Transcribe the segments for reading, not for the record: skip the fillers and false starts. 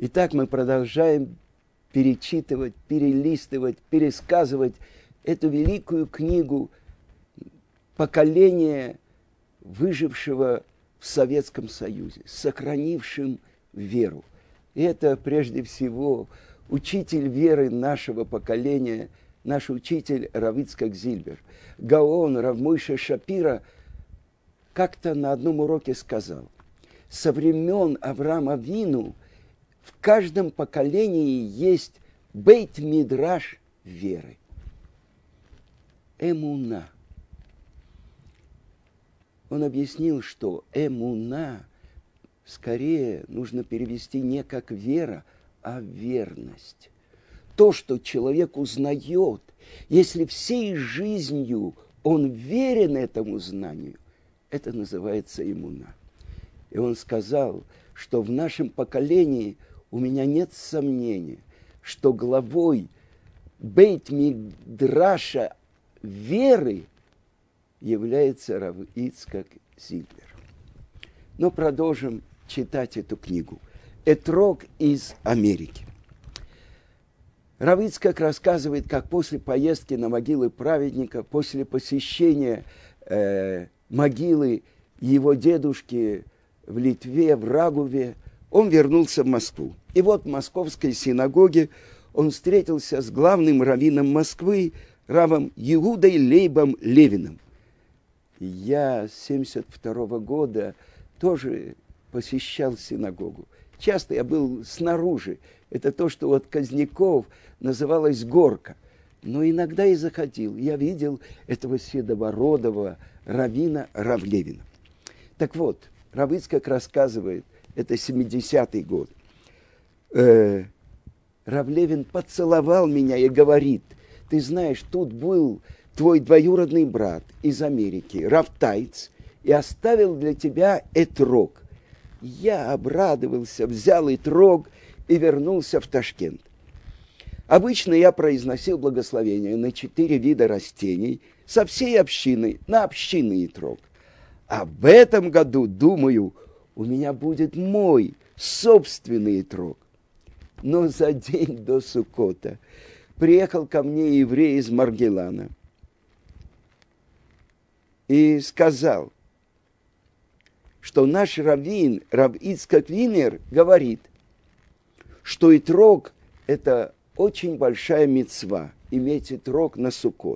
Итак, мы продолжаем перечитывать, перелистывать, пересказывать эту великую книгу поколения выжившего в Советском Союзе, сохранившим веру. И это прежде всего учитель веры нашего поколения, наш учитель Рав Ицхак Зильбер. Гаон Рав Мойше Шапира как-то на одном уроке сказал: со времен Авраама Авину в каждом поколении есть бейт-мидраш веры. Эмуна. Он объяснил, что эмуна скорее нужно перевести не как вера, а верность. То, что человек узнает, если всей жизнью он верен этому знанию, это называется эмуна. И он сказал, что в нашем поколении у меня нет сомнения, что главой бейт-мидраша веры является Рав Ицхак Зильбер. Но продолжим читать эту книгу. Этрог из Америки. Рав Ицхак рассказывает, как после поездки на могилы праведника, после посещения могилы его дедушки в Литве, в Рагуве, он вернулся в Москву. И вот в московской синагоге он встретился с главным раввином Москвы, равом Иудой Лейбом Левиным. Я с 1972 года тоже посещал синагогу. Часто я был снаружи. Это то, что от Казняков называлось горка. Но иногда и заходил. Я видел этого седобородого раввина Рав Левина. Так вот, Рав Ицхак рассказывает, это 70-й год. Рав Левин поцеловал меня и говорит: ты знаешь, тут был твой двоюродный брат из Америки, Рав Тайц, и оставил для тебя этрог. Я обрадовался, взял этрог и вернулся в Ташкент. Обычно я произносил благословение на 4 вида растений со всей общиной, на общинный этрог. А в этом году, думаю, у меня будет мой собственный этрог. Но за день до Суккота приехал ко мне еврей из Маргелана и сказал, что наш раввин, Рав Ицхак Винер, говорит, что этрог – это очень большая мицва, иметь этрог на Суккот.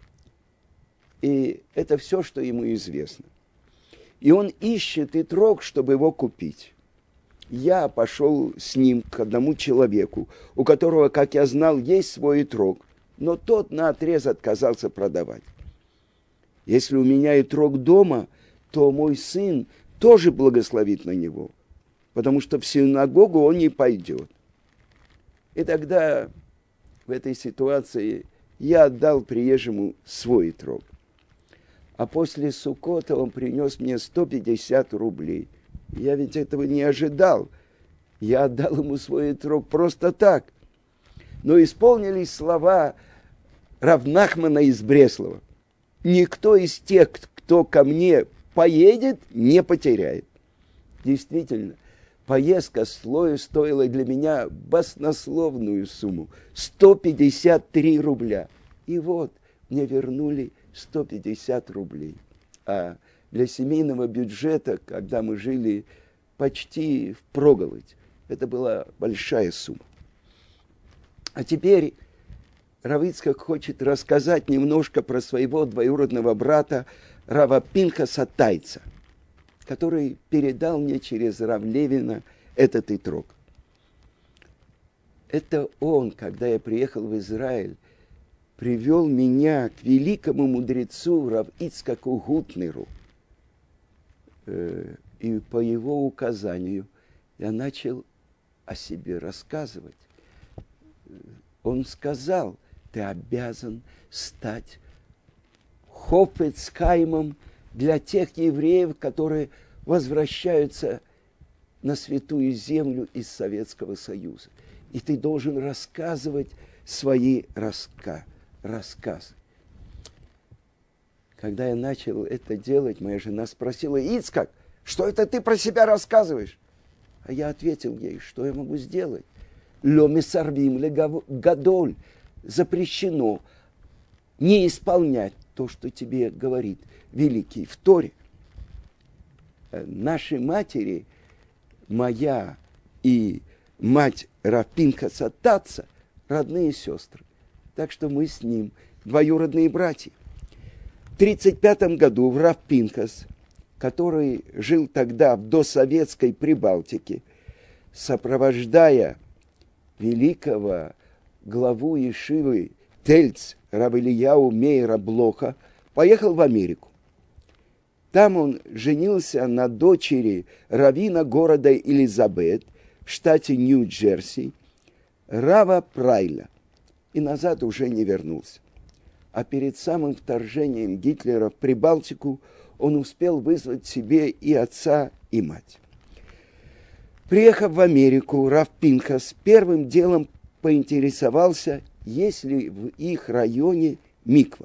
И это все, что ему известно. И он ищет этрог, чтобы его купить. Я пошел с ним к одному человеку, у которого, как я знал, есть свой этрог, но тот наотрез отказался продавать. Если у меня этрог дома, то мой сын тоже благословит на него, потому что в синагогу он не пойдет. И тогда в этой ситуации я отдал приезжему свой этрог. А после Суккота он принес мне 150 рублей. Я ведь этого не ожидал. Я отдал ему свой этрог просто так. Но исполнились слова Рав Нахмана из Бреслова. Никто из тех, кто ко мне поедет, не потеряет. Действительно, поездка стоила для меня баснословную сумму. 153 рубля. И вот мне вернули 150 рублей. А для семейного бюджета, когда мы жили почти впроголодь, это была большая сумма. А теперь Рав Ицхак хочет рассказать немножко про своего двоюродного брата Рава Пинхаса Тайца, который передал мне через Рав Левина этот этрог. Это он, когда я приехал в Израиль, привел меня к великому мудрецу Рав Ицхаку Гутнеру. И по его указанию я начал о себе рассказывать. Он сказал, ты обязан стать хофец каймом для тех евреев, которые возвращаются на святую землю из Советского Союза. И ты должен рассказывать свои рассказы. Когда я начал это делать, моя жена спросила: Ицхак, что это ты про себя рассказываешь? А я ответил ей, что я могу сделать? Ло месарвим ле гадоль. Запрещено не исполнять то, что тебе говорит великий в Торе. Наши матери, моя и мать Рав Пинхаса Таца, родные сестры. Так что мы с ним двоюродные братья. В 1935 году Рав Пинхас, который жил тогда в досоветской Прибалтике, сопровождая великого главу Ешивы Тельц Рав Ильяу Мейра Блоха, поехал в Америку. Там он женился на дочери раввина города Элизабет в штате Нью-Джерси, Рава Прайля, и назад уже не вернулся. А перед самым вторжением Гитлера в Прибалтику он успел вызвать себе и отца, и мать. Приехав в Америку, Рав Пинхас первым делом поинтересовался, есть ли в их районе миква.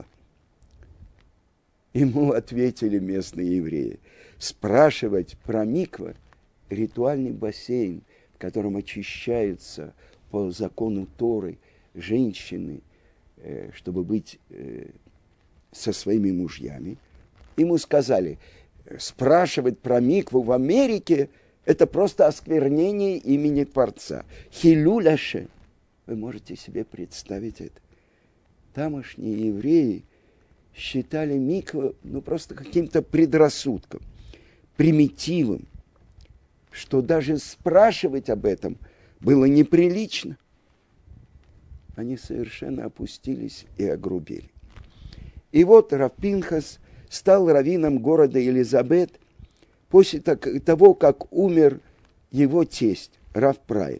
Ему ответили местные евреи. Спрашивать про миква – ритуальный бассейн, в котором очищаются по закону Торы женщины, чтобы быть со своими мужьями. Ему сказали, спрашивать про микву в Америке – это просто осквернение имени Творца. Хилюль Ашем. Вы можете себе представить это? Тамошние евреи считали микву просто каким-то предрассудком, примитивом, что даже спрашивать об этом было неприлично. Они совершенно опустились и огрубели. И вот Рав Пинхас стал раввином города Элизабет после того, как умер его тесть, Рав Прайль.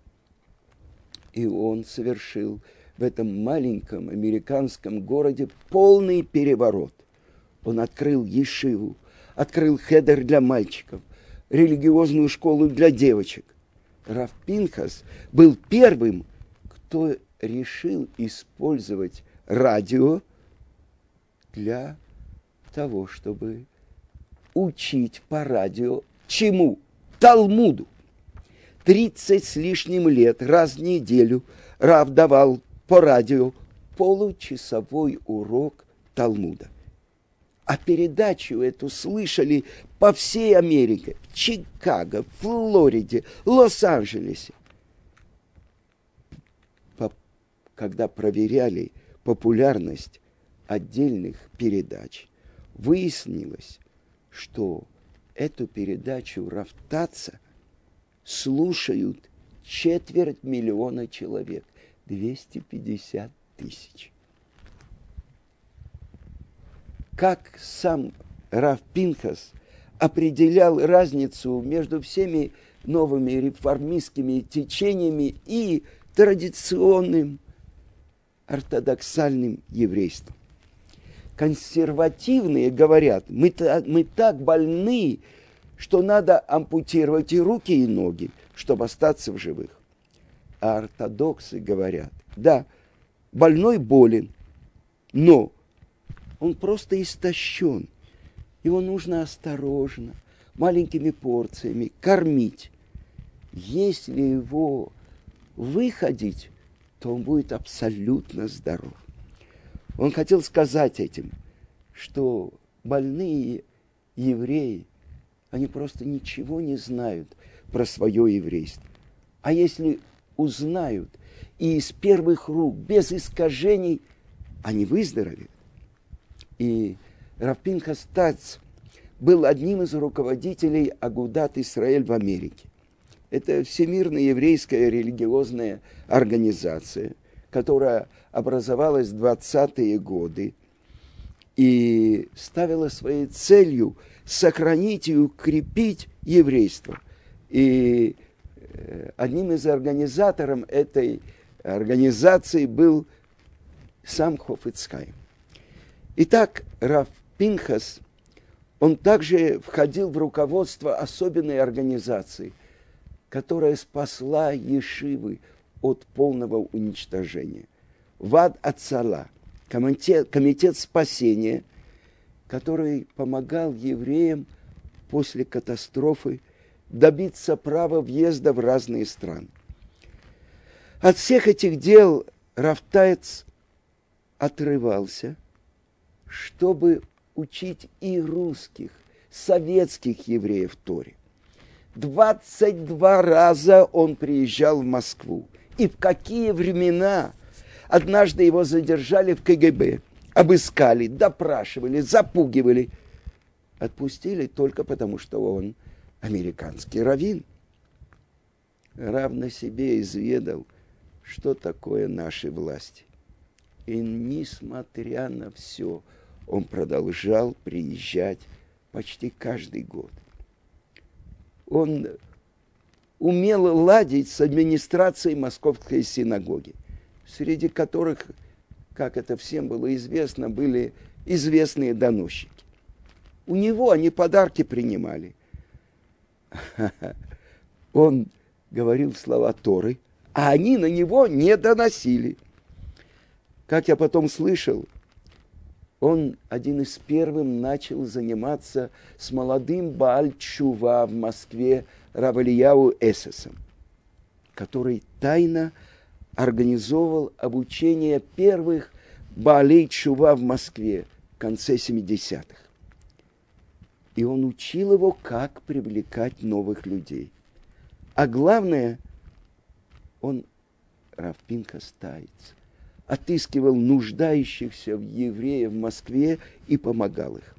И он совершил в этом маленьком американском городе полный переворот. Он открыл ешиву, открыл хедер для мальчиков, религиозную школу для девочек. Рав Пинхас был первым, кто решил использовать радио для того, чтобы учить по радио чему? Талмуду. 30 с лишним лет раз в неделю Рав давал по радио получасовой урок Талмуда. А передачу эту слышали по всей Америке, в Чикаго, Флориде, Лос-Анджелесе. Когда проверяли популярность отдельных передач, выяснилось, что эту передачу Рав Таца слушают 250 000 человек, 250 000. Как сам Рав Пинхас определял разницу между всеми новыми реформистскими течениями и традиционным ортодоксальным еврейством. Консервативные говорят, мы так больны, что надо ампутировать и руки, и ноги, чтобы остаться в живых. А ортодоксы говорят, да, больной болен, но он просто истощен. Его нужно осторожно, маленькими порциями кормить. Если его выходить, то он будет абсолютно здоров. Он хотел сказать этим, что больные евреи, они просто ничего не знают про свое еврейство. А если узнают и из первых рук, без искажений, они выздоровеют. И Рав Пинхас Тац был одним из руководителей Агудат Исраэль в Америке. Это всемирная еврейская религиозная организация, которая образовалась в 20-е годы и ставила своей целью сохранить и укрепить еврейство. И одним из организаторов этой организации был сам Хафец Хаим. Итак, Рав Пинхас, он также входил в руководство особенной организации, которая спасла ешивы от полного уничтожения. Вад Ацала, комитет спасения, который помогал евреям после катастрофы добиться права въезда в разные страны. От всех этих дел Рав Таец отрывался, чтобы учить и русских, советских евреев Торе. 22 раза он приезжал в Москву. И в какие времена? Однажды его задержали в КГБ, обыскали, допрашивали, запугивали. Отпустили только потому, что он американский раввин. Рав на себе изведал, что такое наши власти. И несмотря на все, он продолжал приезжать почти каждый год. Он умел ладить с администрацией Московской синагоги, среди которых, как это всем было известно, были известные доносчики. У него они подарки принимали. Он говорил слова Торы, а они на него не доносили. Как я потом слышал, он один из первых начал заниматься с молодым Бааль Тшува в Москве Рав Элияу Эсесом, который тайно организовал обучение первых Баалей Тшува в Москве в конце 70-х. И он учил его, как привлекать новых людей. А главное, он, Рав Пинхас Таец, отыскивал нуждающихся в евреев в Москве и помогал их.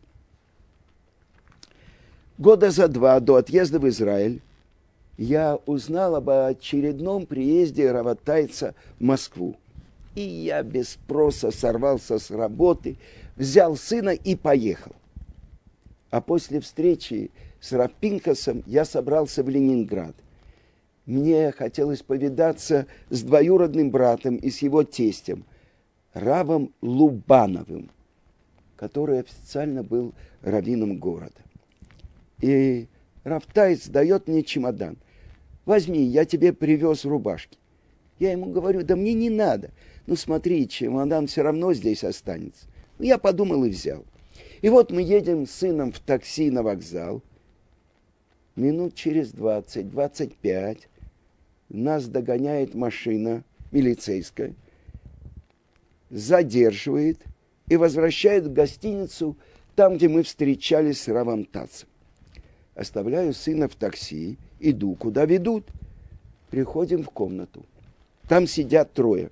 Года за 2 до отъезда в Израиль я узнал об очередном приезде Рава Тайца в Москву. И я без спроса сорвался с работы, взял сына и поехал. А после встречи с Рав Пинхасом я собрался в Ленинград. Мне хотелось повидаться с двоюродным братом и с его тестем, Равом Лубановым, который официально был раввином города. И Рав Таец дает мне чемодан. Возьми, я тебе привез рубашки. Я ему говорю, да мне не надо. Ну смотри, чемодан все равно здесь останется. Ну, я подумал и взял. И вот мы едем с сыном в такси на вокзал. Минут через 20-25 нас догоняет машина милицейская, задерживает и возвращает в гостиницу, там, где мы встречались с Равом Тацем. Оставляю сына в такси, иду, куда ведут. Приходим в комнату. Там сидят 3.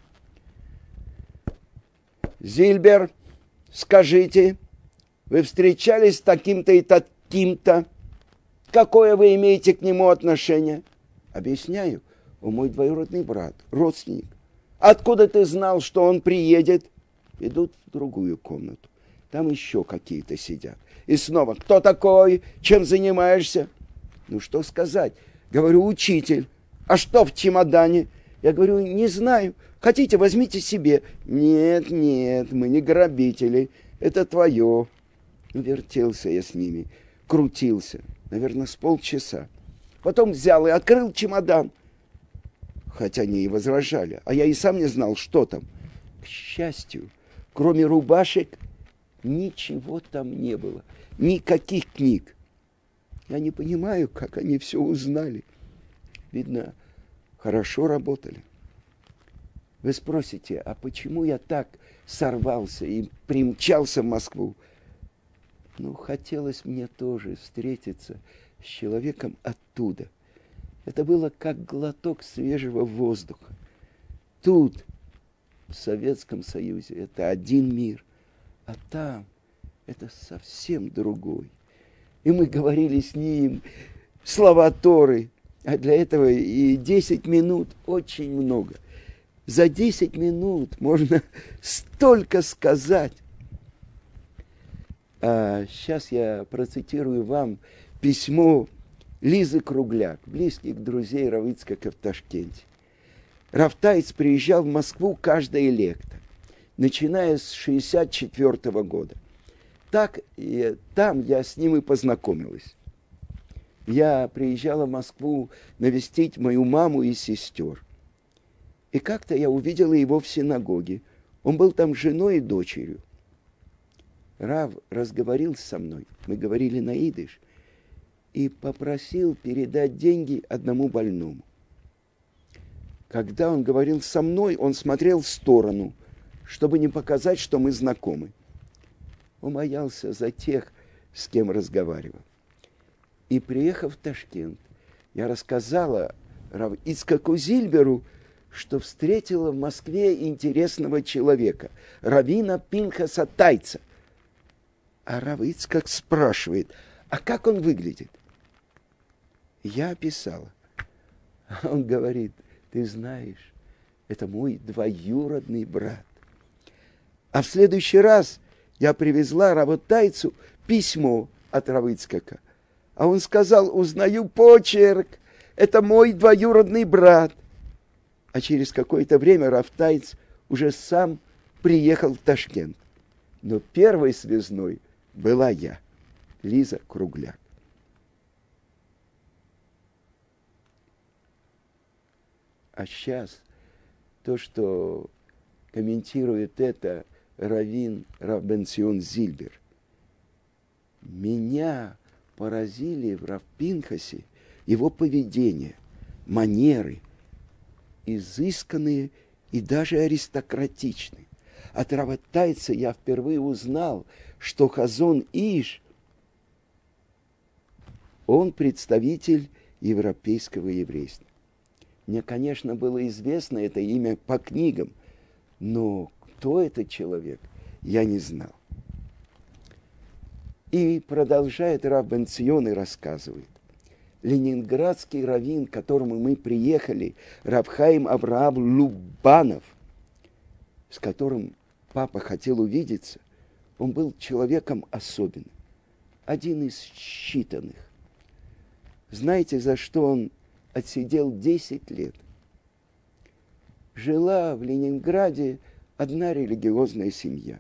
Зильбер, скажите, вы встречались с таким-то и таким-то? Какое вы имеете к нему отношение? Объясняю, он мой двоюродный брат, родственник. Откуда ты знал, что он приедет? Идут в другую комнату. Там еще какие-то сидят. И снова, кто такой? Чем занимаешься? Ну, что сказать? Говорю, учитель. А что в чемодане? Я говорю, не знаю. Хотите, возьмите себе. Нет, мы не грабители. Это твое. Вертелся я с ними, крутился. Наверное, с полчаса. Потом взял и открыл чемодан. Хотя они и возражали. А я и сам не знал, что там. К счастью, кроме рубашек, ничего там не было. Никаких книг. Я не понимаю, как они все узнали. Видно, хорошо работали. Вы спросите, а почему я так сорвался и примчался в Москву? Ну, хотелось мне тоже встретиться с человеком оттуда. Это было как глоток свежего воздуха. Тут, в Советском Союзе, это один мир, а там это совсем другой. И мы говорили с ним слова Торы, а для этого и 10 минут очень много. За 10 минут можно столько сказать. А сейчас я процитирую вам письмо Лизы Кругляк, близких друзей Рава Ицхака в Ташкенте. Рав Таец приезжал в Москву каждое лето, начиная с 1964 года. Там я с ним и познакомилась. Я приезжала в Москву навестить мою маму и сестер. И как-то я увидела его в синагоге. Он был там с женой и дочерью. Рав разговорился со мной. Мы говорили на идиш. и попросил передать деньги одному больному. Когда он говорил со мной, он смотрел в сторону, чтобы не показать, что мы знакомы. Он боялся за тех, с кем разговаривал. И приехав в Ташкент, я рассказала рав Ицхаку Зильберу, что встретила в Москве интересного человека, раввина Пинхаса Тайца. А рав Ицхак спрашивает, а как он выглядит? Я описала. А он говорит, ты знаешь, это мой двоюродный брат. А в следующий раз я привезла раву Тайцу письмо от рава Ицхака. А он сказал, узнаю почерк, это мой двоюродный брат. А через какое-то время рав Тайц уже сам приехал в Ташкент. Но первой связной была я, Лиза Кругляк. А сейчас то, что комментирует это раввин рав Бен-Цион Зильбер, меня поразили в рав Пинхасе его поведение, манеры, изысканные и даже аристократичные. От рава Тайца я впервые узнал, что Хазон Иш, он представитель европейского еврейства. Мне, конечно, было известно это имя по книгам, но кто этот человек, я не знал. И продолжает рав Бен-Цион и рассказывает. Ленинградский раввин, к которому мы приехали, рав Хаим Авраам Лубанов, с которым папа хотел увидеться, он был человеком особенным, один из считанных. Знаете, за что он отсидел 10 лет? Жила в Ленинграде одна религиозная семья.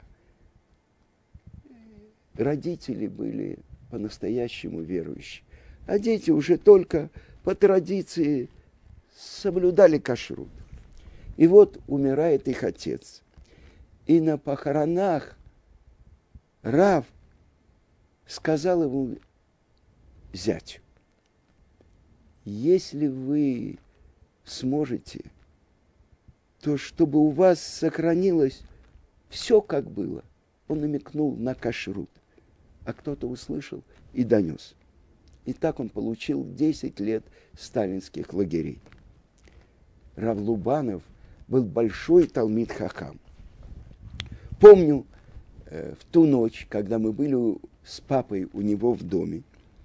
Родители были по-настоящему верующие, а дети уже только по традиции соблюдали кашрут. И вот умирает их отец. И на похоронах рав сказал ему зятю, если вы сможете, то чтобы у вас сохранилось все, как было. Он намекнул на кашрут, а кто-то услышал и донес. И так он получил 10 лет сталинских лагерей. Рав Лубанов был большой талмид хахам. Помню, в ту ночь, когда мы были с папой у него в доме,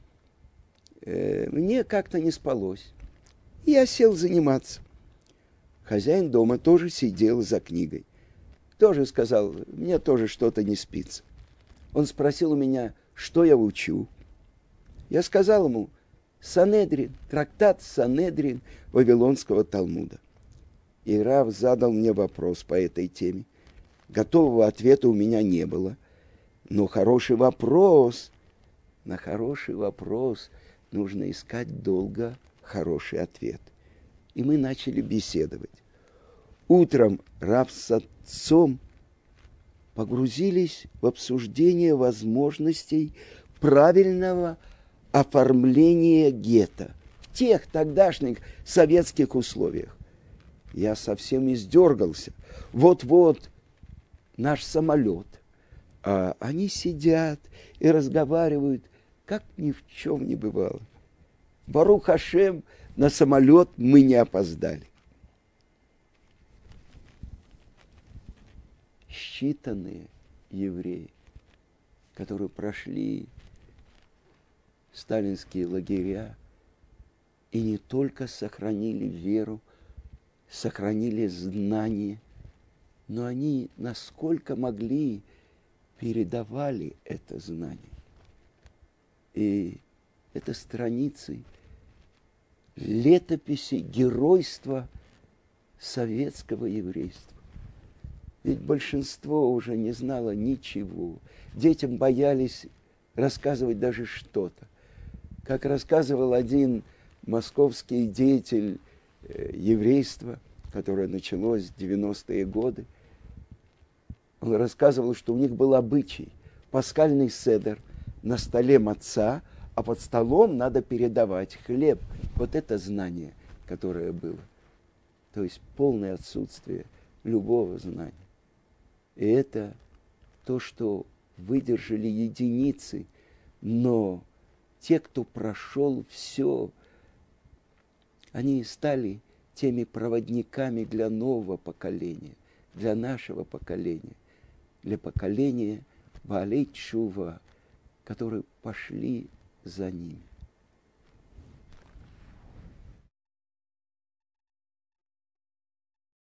мне как-то не спалось. Я сел заниматься. Хозяин дома тоже сидел за книгой. Тоже сказал, мне тоже что-то не спится. Он спросил у меня, что я учу. Я сказал ему, Санедрин, трактат Санедрин Вавилонского Талмуда. И рав задал мне вопрос по этой теме. Готового ответа у меня не было. Но хороший вопрос, на хороший вопрос нужно искать долго хороший ответ. И мы начали беседовать. Утром рав с отцом погрузились в обсуждение возможностей правильного оформления гетто в тех тогдашних советских условиях. Я совсем издергался. Вот-вот наш самолет. А они сидят и разговаривают, как ни в чем не бывало. Барух Ашем, на самолет мы не опоздали. Считанные евреи, которые прошли сталинские лагеря и не только сохранили веру, сохранили знания, но они, насколько могли, передавали это знание. И это страницы летописи геройства советского еврейства. Ведь большинство уже не знало ничего. Детям боялись рассказывать даже что-то. Как рассказывал один московский деятель еврейства, которое началось в 90-е годы, он рассказывал, что у них был обычай, пасхальный седер, на столе маца, а под столом надо передавать хлеб. Вот это знание, которое было. То есть полное отсутствие любого знания. И это то, что выдержали единицы, но те, кто прошел все, они стали теми проводниками для нового поколения, для нашего поколения, для поколения Баалей Тшува, которые пошли за ними.